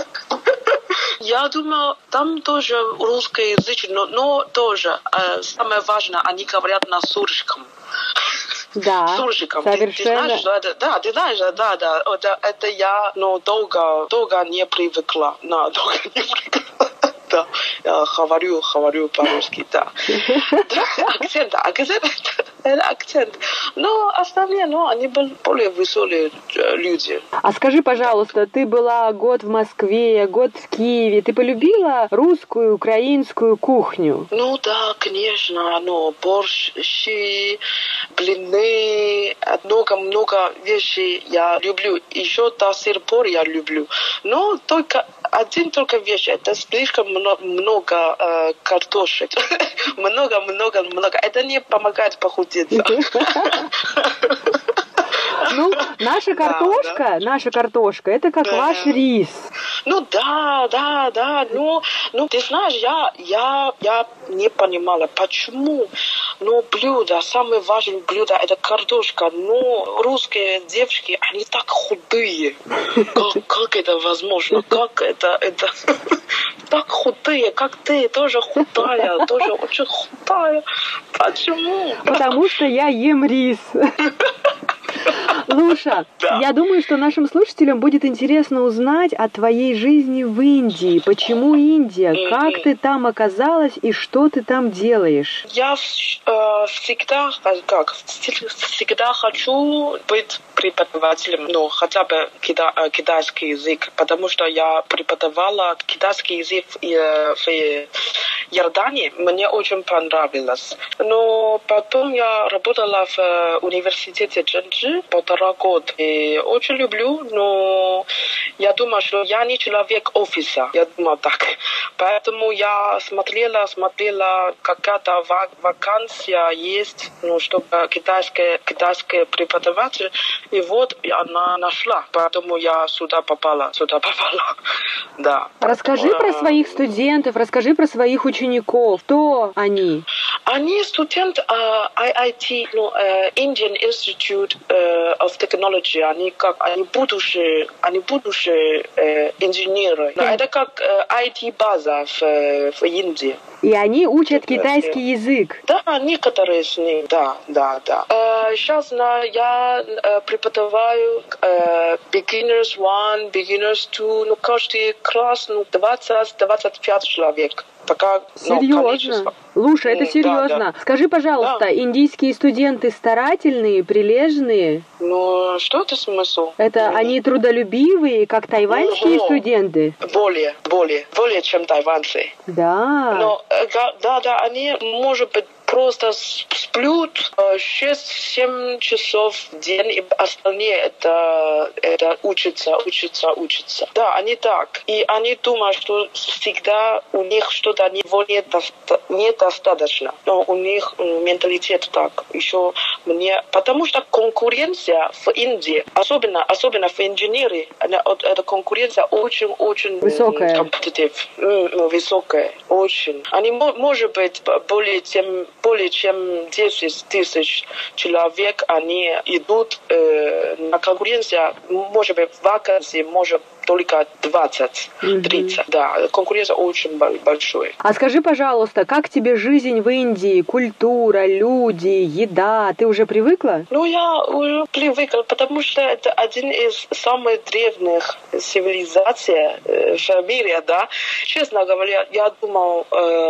Я думаю, там тоже русскоязычный, но тоже самое важное, они говорят на суржиком. Да, суржиком. совершенно. Ты знаешь, что это? Да, ты знаешь, да. Это я, долго не привыкла. Да, я говорю по-русски, да. Акцент. Но остальные, они были более веселые люди. А скажи, пожалуйста, ты была год в Москве, год в Киеве. Ты полюбила русскую, украинскую кухню? Ну да, конечно. Борщ, щи, блины, много вещей я люблю. Еще до сих пор я люблю. Но только вещь. Это слишком много картошек. Много. Это не помогает похудеть. Наша картошка, это как ваш рис. Да. Ты знаешь, я не понимала, почему. Самое важное блюдо, это картошка. Русские девушки, они так худые. Как это возможно? Как это? Так худые, как ты, тоже худая, тоже очень худая. Почему? Потому что я ем рис. Луша, я думаю, что нашим слушателям будет интересно узнать о твоей жизни в Индии. Почему Индия? Как ты там оказалась и что ты там делаешь? Я всегда хочу быть преподавателем, хотя бы китайский язык, потому что я преподавала китайский язык в Иордании. Мне очень понравилось. Но потом я работала в университете Чжэнчжи 1,5 года. И очень люблю, но я думаю, что я не человек офиса. Я думала так. Поэтому я смотрела, какая-то вакансия есть, чтобы китайский преподаватель. И вот она нашла. Поэтому я сюда попала. Да. Расскажи про своих студентов, расскажи про своих учеников. Кто они? Они студенты IIT, Indian Institute of Technology. Они будущие инженеры. Это как IT-база в Индии. И они учат китайский язык? Да, некоторые с ним, да. Сейчас я преподаваю Beginners 1, Beginners 2, каждый класс 20-25 человек. Серьезно? Луша, это серьезно. Да. Скажи, пожалуйста, индийские студенты старательные, прилежные? Что это смысл? Это они трудолюбивые, как тайваньские студенты? Более, чем тайваньцы. Да. Они, может быть, просто сплют 6-7 часов в день, и остальные это учатся. Да, они так. И они думают, что всегда у них что-то недостаточно. Но у них менталитет так. Еще потому что конкуренция в Индии, особенно в инженерии, эта конкуренция очень высокая. Высокая, очень. Они, может быть, более чем 10 тысяч человек, они идут на конкуренцию, может быть, вакансии, может только 20-30. Да, конкуренция очень большая. А скажи, пожалуйста, как тебе жизнь в Индии? Культура, люди, еда? Ты уже привыкла? Я уже привыкла, потому что это один из самых древних цивилизаций в мире, да. Честно говоря, я думал,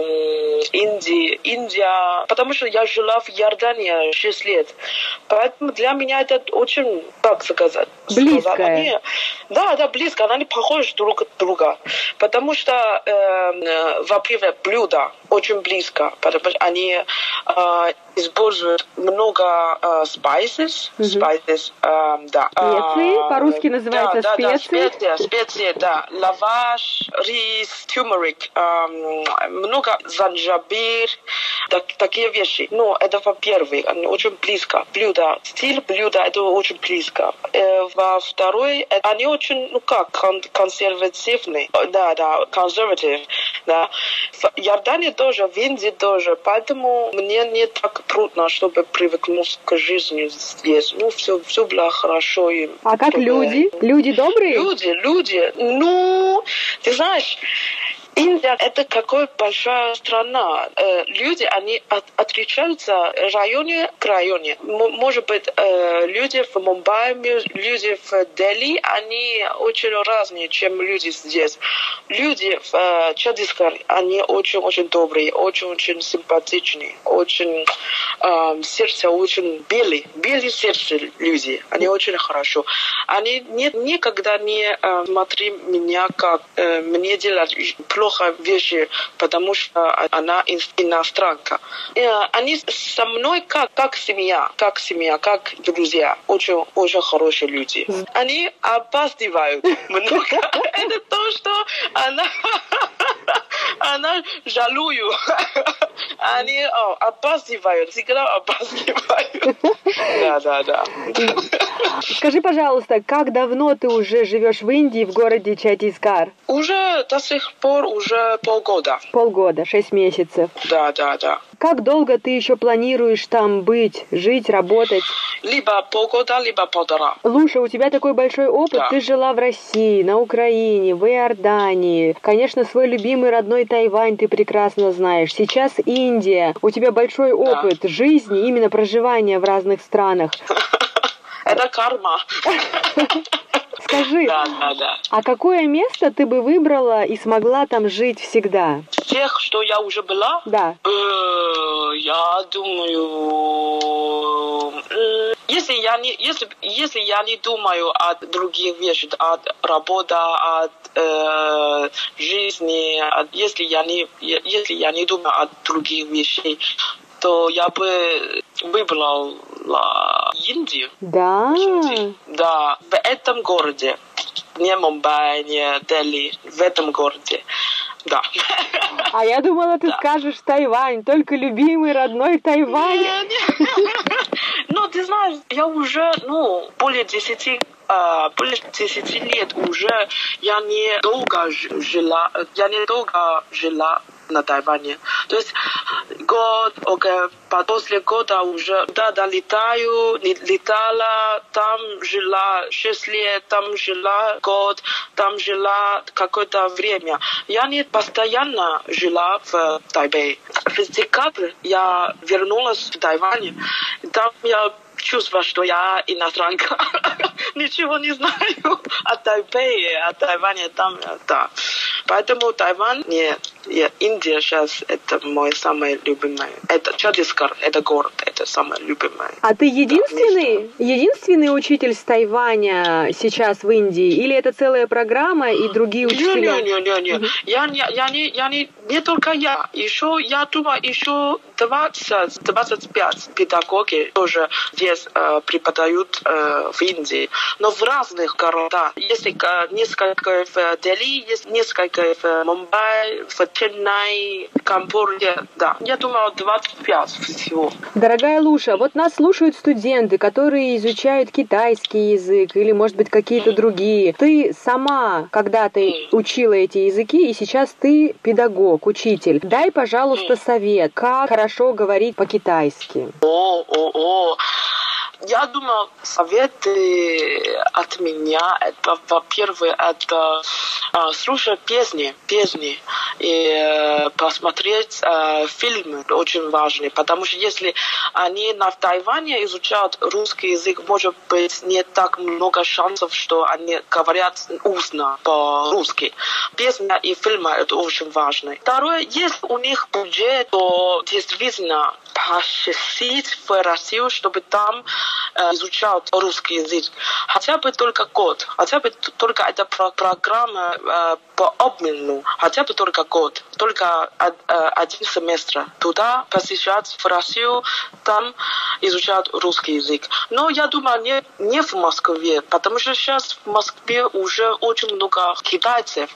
Индия, потому что я жила в Иордании 6 лет. Поэтому для меня это очень, как сказать? Близко. Да, близко. Они похожи друг от друга. Потому что, во-первых, блюда очень близко. Потому что они используют много spices. Да. Специи? По-русски называется специи? Да, специи, да. Лаваш, рис, тюмерик, много занжабиль, такие вещи. Это во-первых, они очень близко. Блюда, стиль блюда, это очень близко. Во-вторых, они очень, консервативные. Да, консерватив. Да. В Иордании тоже, в Индии тоже. Поэтому мне не так трудно, чтобы привыкнуть к жизни здесь. Все было хорошо. А как люди? Люди добрые? Люди. Ты знаешь, Индия — это какая большая страна. Люди, они отличаются районе к районе. Может быть, люди в Мумбаи, люди в Дели, они очень разные, чем люди здесь. Люди в Чаттисгарде, они очень-очень добрые, очень-очень симпатичные, очень сердце очень белые сердце люди. Они очень хорошо. Они никогда не смотрят меня, как мне делать плохо вещи, потому что она иностранка. Они со мной как семья, как друзья. Очень хорошие люди. Они опаздывают много. Это то, что она жалует. Они опаздывают, всегда опаздывают. Да. Скажи, пожалуйста, как давно ты уже живешь в Индии, в городе Чаттисгар? Уже до сих пор уже полгода. Полгода, 6 месяцев. Да. Как долго ты еще планируешь там быть, жить, работать? Либо полгода, либо полтора. Луша, у тебя такой большой опыт. Да. Ты жила в России, на Украине, в Иордании. Конечно, свой любимый родной Тайвань ты прекрасно знаешь. Сейчас Индия. У тебя большой опыт жизни, именно проживания в разных странах. Это карма. Скажи, а какое место ты бы выбрала и смогла там жить всегда? Тех, что я уже была? Да. Я думаю, если я не думаю о других вещах, от работы, от жизни, если я не думаю о других вещах, то я бы выбрала Индию. Да? Да, в этом городе. Не Мумбай, не Дели, в этом городе. Да. А я думала, ты скажешь Тайвань, только любимый родной Тайвань. Ну, ты знаешь, я уже, более 10 лет уже я недолго жила на Тайване. То есть после года уже летала, там жила 6 лет, там жила год, там жила какое-то время. Я не постоянно жила в Тайбэе. В декабре я вернулась в Тайвань. Там я чувствую, что я иностранка. Ничего не знаю о Тайбэе, о Тайване. Там, да. Поэтому Тайвань, Индия сейчас это мой самый любимый. Это Чаттисгар, это город, это самый любимый. А ты единственный учитель с Тайваня сейчас в Индии? Или это целая программа и другие учителя? Не. Не только я. Я думаю, еще 20-25 педагоги тоже здесь преподают в Индии. Но в разных городах. Есть несколько в Дели, есть несколько в Мумбаи, в Ченнай, Камбоджа. Да, я думаю, 25 всего. Дорогая Луша, вот нас слушают студенты, которые изучают китайский язык или, может быть, какие-то другие. Ты сама когда-то учила эти языки, и сейчас ты педагог, учитель. Дай, пожалуйста, совет, как хорошо говорить по-китайски. Я думаю, советы от меня, это, во-первых, это слушать песни и посмотреть фильмы, очень важные, потому что если они в Тайване изучают русский язык, может быть, не так много шансов, что они говорят устно по-русски. Песни и фильмы — это очень важно. Второе, если у них бюджет, то действительно посетить в Россию, чтобы там изучать русский язык. Хотя бы только год. Хотя бы только эта программа по обмену. Хотя бы только год. Только один семестр. Туда посещать в Россию, там изучать русский язык. Но я думаю, не в Москве, потому что сейчас в Москве уже очень много китайцев.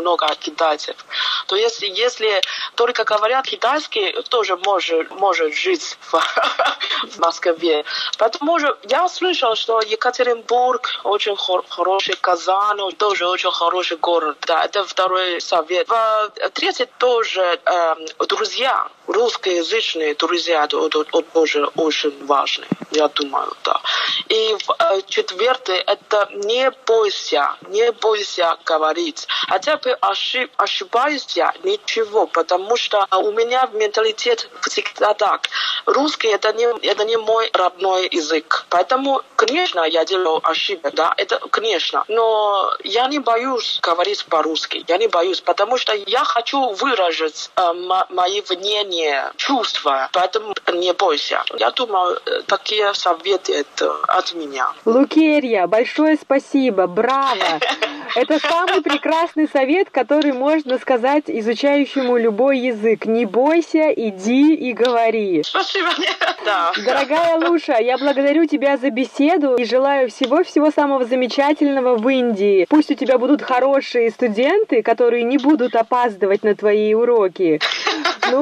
То есть, если только говорят китайский, тоже может жить в Москве. Поэтому тому же я слышал, что Екатеринбург очень хороший, Казань тоже очень хороший город. Да, это второй совет. Третий тоже друзья, русскоязычные друзья, тоже очень важны, я думаю, да. И четвертый, это не бойся говорить. Хотя бы ошибаюсь я, ничего, потому что у меня менталитет всегда так. Русский это не мой родной язык. Поэтому, конечно, я делаю ошибки, да, это конечно. Но я не боюсь говорить по-русски. Я не боюсь, потому что я хочу выразить мои мнения, чувства. Поэтому не бойся. Я думаю, такие советы это от меня. Лукерья, большое спасибо, браво! Это самый прекрасный совет, который можно сказать изучающему любой язык. Не бойся, иди и говори. Спасибо. Да. Дорогая Луша, я благодарю тебя за беседу и желаю всего-всего самого замечательного в Индии. Пусть у тебя будут хорошие студенты, которые не будут опаздывать на твои уроки. Ну,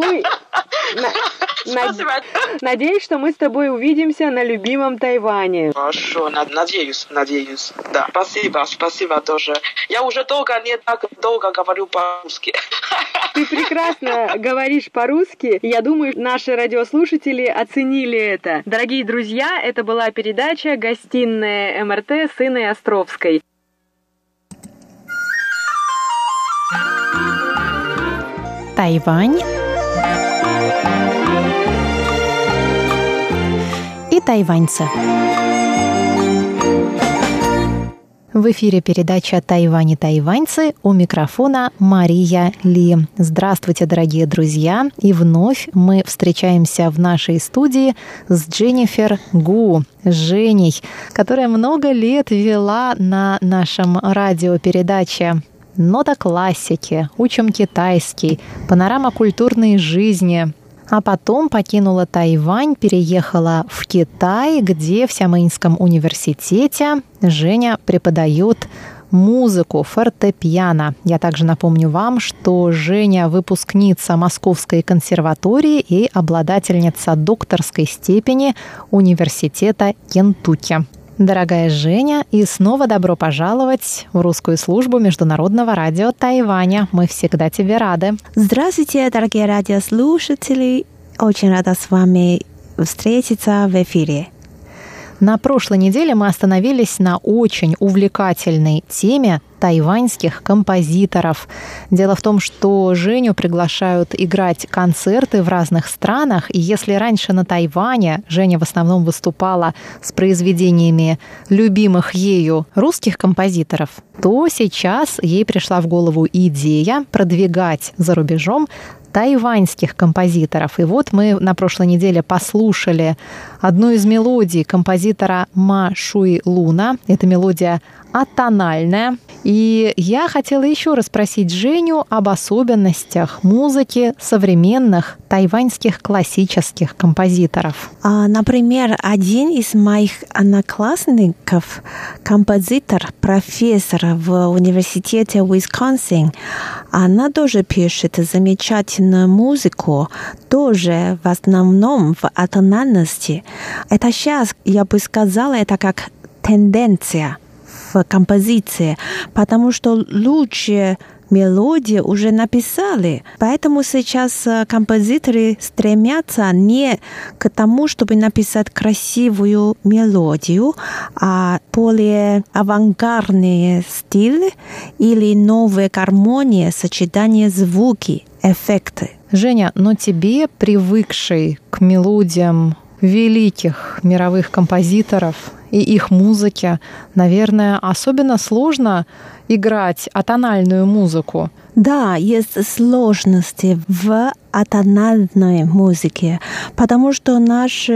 надеюсь, что мы с тобой увидимся на любимом Тайване. Хорошо, надеюсь. Да, спасибо тоже. Я уже не так долго говорю по-русски. Ты прекрасно говоришь по-русски. Я думаю, наши радиослушатели оценили это. Дорогие друзья, это была передача «Гостиная МРТ» с Инной Островской. Тайвань и тайваньцы. В эфире передача «Тайвань и тайваньцы», у микрофона Мария Ли. Здравствуйте, дорогие друзья! И вновь мы встречаемся в нашей студии с Дженнифер Гу, Женей, которая много лет вела на нашем радиопередаче «Нота классики», «Учим китайский», «Панорама культурной жизни». А потом покинула Тайвань, переехала в Китай, где в Сямэньском университете Женя преподает музыку, фортепиано. Я также напомню вам, что Женя выпускница Московской консерватории и обладательница докторской степени Университета Кентукки. Дорогая Женя, и снова добро пожаловать в русскую службу Международного радио Тайваня. Мы всегда тебе рады. Здравствуйте, дорогие радиослушатели. Очень рада с вами встретиться в эфире. На прошлой неделе мы остановились на очень увлекательной теме тайваньских композиторов. Дело в том, что Женю приглашают играть концерты в разных странах, и если раньше на Тайване Женя в основном выступала с произведениями любимых ею русских композиторов, то сейчас ей пришла в голову идея продвигать за рубежом тайваньских композиторов. И вот мы на прошлой неделе послушали одну из мелодий композитора Ма Шуй Луна. Эта мелодия атональная. И я хотела еще раз спросить Женю об особенностях музыки современных тайваньских классических композиторов. Например, один из моих одноклассников, композитор, профессор в университете Уисконсин, она тоже пишет замечательную музыку, тоже в основном в атональности. Это сейчас, я бы сказала, это как тенденция в композиции, потому что лучшие мелодии уже написали. Поэтому сейчас композиторы стремятся не к тому, чтобы написать красивую мелодию, а более авангардные стили или новые гармонии, сочетание звуки, эффекты. Женя, но тебе, привыкшей к мелодиям великих мировых композиторов и их музыке, наверное, особенно сложно играть атональную музыку. Да, есть сложности в атональной музыке, потому что наш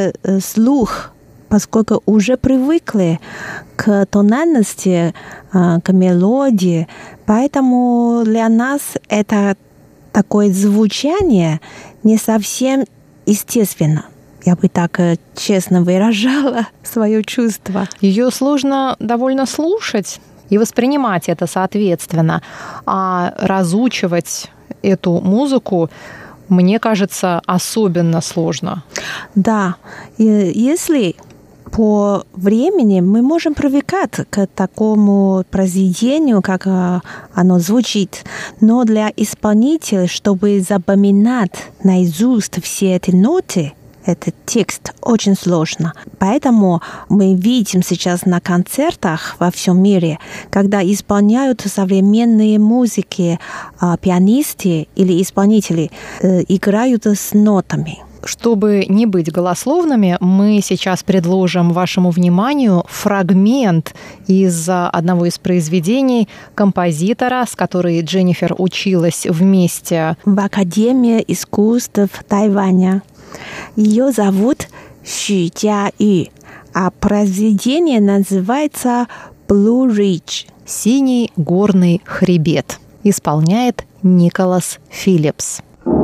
слух, поскольку уже привыкли к тональности, к мелодии, поэтому для нас это такое звучание не совсем естественно. Я бы так честно выражала свое чувство. Ее сложно довольно слушать и воспринимать это соответственно. А разучивать эту музыку, мне кажется, особенно сложно. Да. Если по времени мы можем привыкать к такому произведению, как оно звучит. Но для исполнителя, чтобы запоминать наизусть все эти ноты, этот текст очень сложно. Поэтому мы видим сейчас на концертах во всем мире, когда исполняют современные музыки, пианисты или исполнители играют с нотами. Чтобы не быть голословными, мы сейчас предложим вашему вниманию фрагмент из одного из произведений композитора, с которой Дженнифер училась вместе в Академии искусств Тайваня. Ее зовут Xu Jiayu, а произведение называется «Blue Ridge» – «Синий горный хребет». Исполняет Николас Филлипс.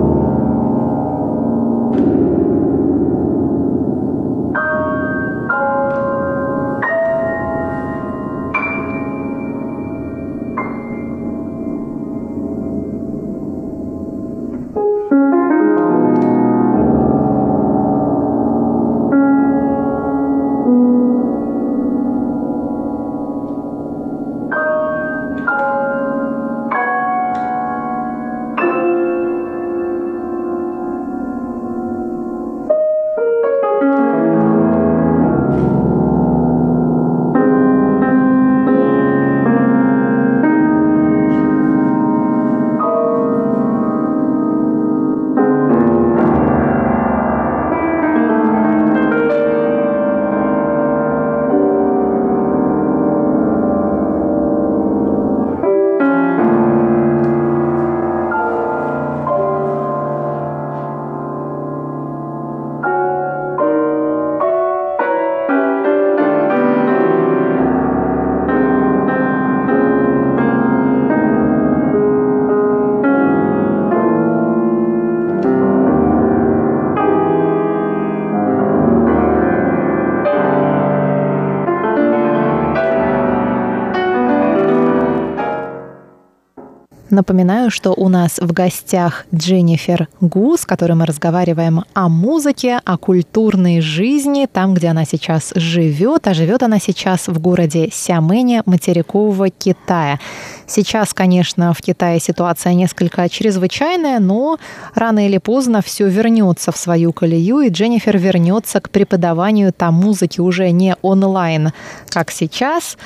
Напоминаю, что у нас в гостях Дженнифер Гу, с которой мы разговариваем о музыке, о культурной жизни, там, где она сейчас живет. А живет она сейчас в городе Сямэне материкового Китая. Сейчас, конечно, в Китае ситуация несколько чрезвычайная, но рано или поздно все вернется в свою колею, и Дженнифер вернется к преподаванию там музыки уже не онлайн, как сейчас,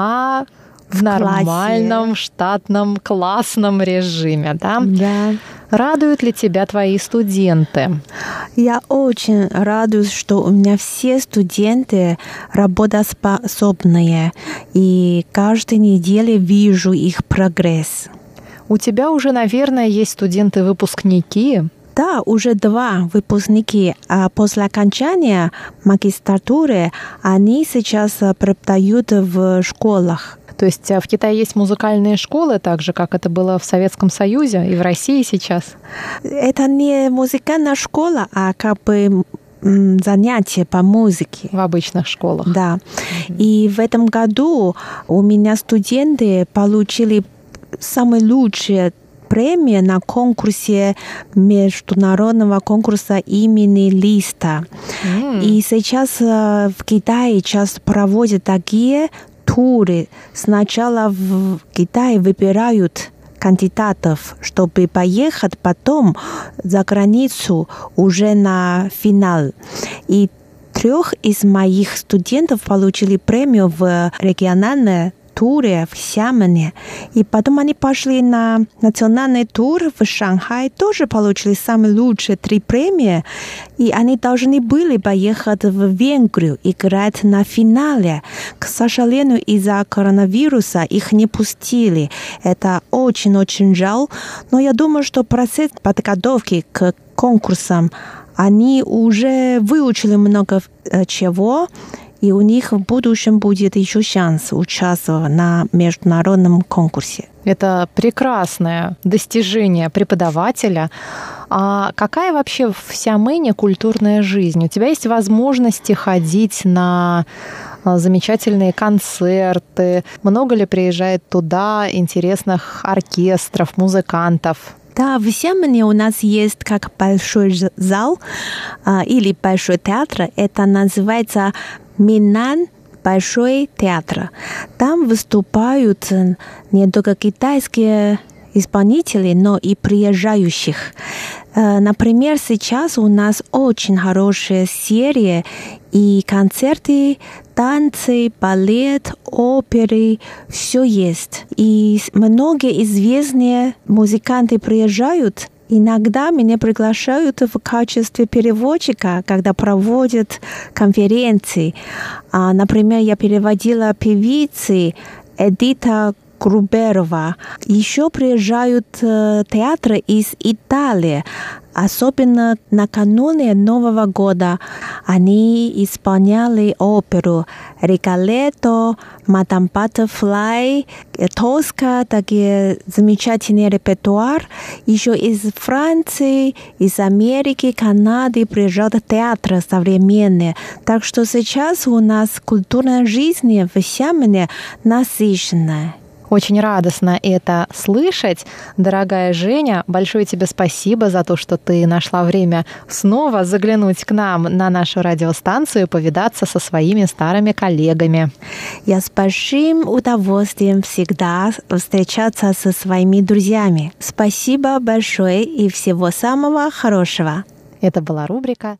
а в нормальном, штатном, классном режиме, да? Да. Радуют ли тебя твои студенты? Я очень радуюсь, что у меня все студенты работоспособные, и каждую неделю вижу их прогресс. У тебя уже, наверное, есть студенты-выпускники? Да, уже 2 выпускники. А после окончания магистратуры они сейчас преподают в школах. То есть в Китае есть музыкальные школы, так же, как это было в Советском Союзе и в России сейчас? Это не музыкальная школа, а как бы занятия по музыке. В обычных школах. Да. И в этом году у меня студенты получили самые лучшие премии на конкурсе международного конкурса имени Листа. И сейчас в Китае часто проводят такие туры. Сначала в Китае выбирают кандидатов, чтобы поехать потом за границу уже на финал. И 3 из моих студентов получили премию в региональной туре в Сямэне. И потом они пошли на национальный тур в Шанхай, тоже получили самые лучшие 3 премии. И они должны были поехать в Венгрию, играть на финале. К сожалению, из-за коронавируса их не пустили. Это очень-очень жаль. Но я думаю, что процесс подготовки к конкурсам, они уже выучили много чего, и у них в будущем будет еще шанс участвовать на международном конкурсе. Это прекрасное достижение преподавателя. А какая вообще в Сямэне культурная жизнь? У тебя есть возможности ходить на замечательные концерты? Много ли приезжает туда интересных оркестров, музыкантов? Да, в Сямэне у нас есть как большой зал или большой театр. Это называется Миннан Большой театр. Там выступают не только китайские исполнителей, но и приезжающих. Например, сейчас у нас очень хорошая серия и концерты, танцы, балет, оперы, все есть. И многие известные музыканты приезжают. Иногда меня приглашают в качестве переводчика, когда проводят конференции. Например, я переводила певицы Эдита Груберова. Еще приезжают театры из Италии. Особенно накануне Нового года они исполняли оперу «Риколетто», «Мадам Баттерфлай», «Тоска», такие замечательный репертуар. Еще из Франции, из Америки, Канады приезжают театры современные. Так что сейчас у нас культурная жизнь в Сямэне насыщенная. Очень радостно это слышать. Дорогая Женя, большое тебе спасибо за то, что ты нашла время снова заглянуть к нам на нашу радиостанцию и повидаться со своими старыми коллегами. Я с большим удовольствием всегда встречаться со своими друзьями. Спасибо большое и всего самого хорошего. Это была рубрика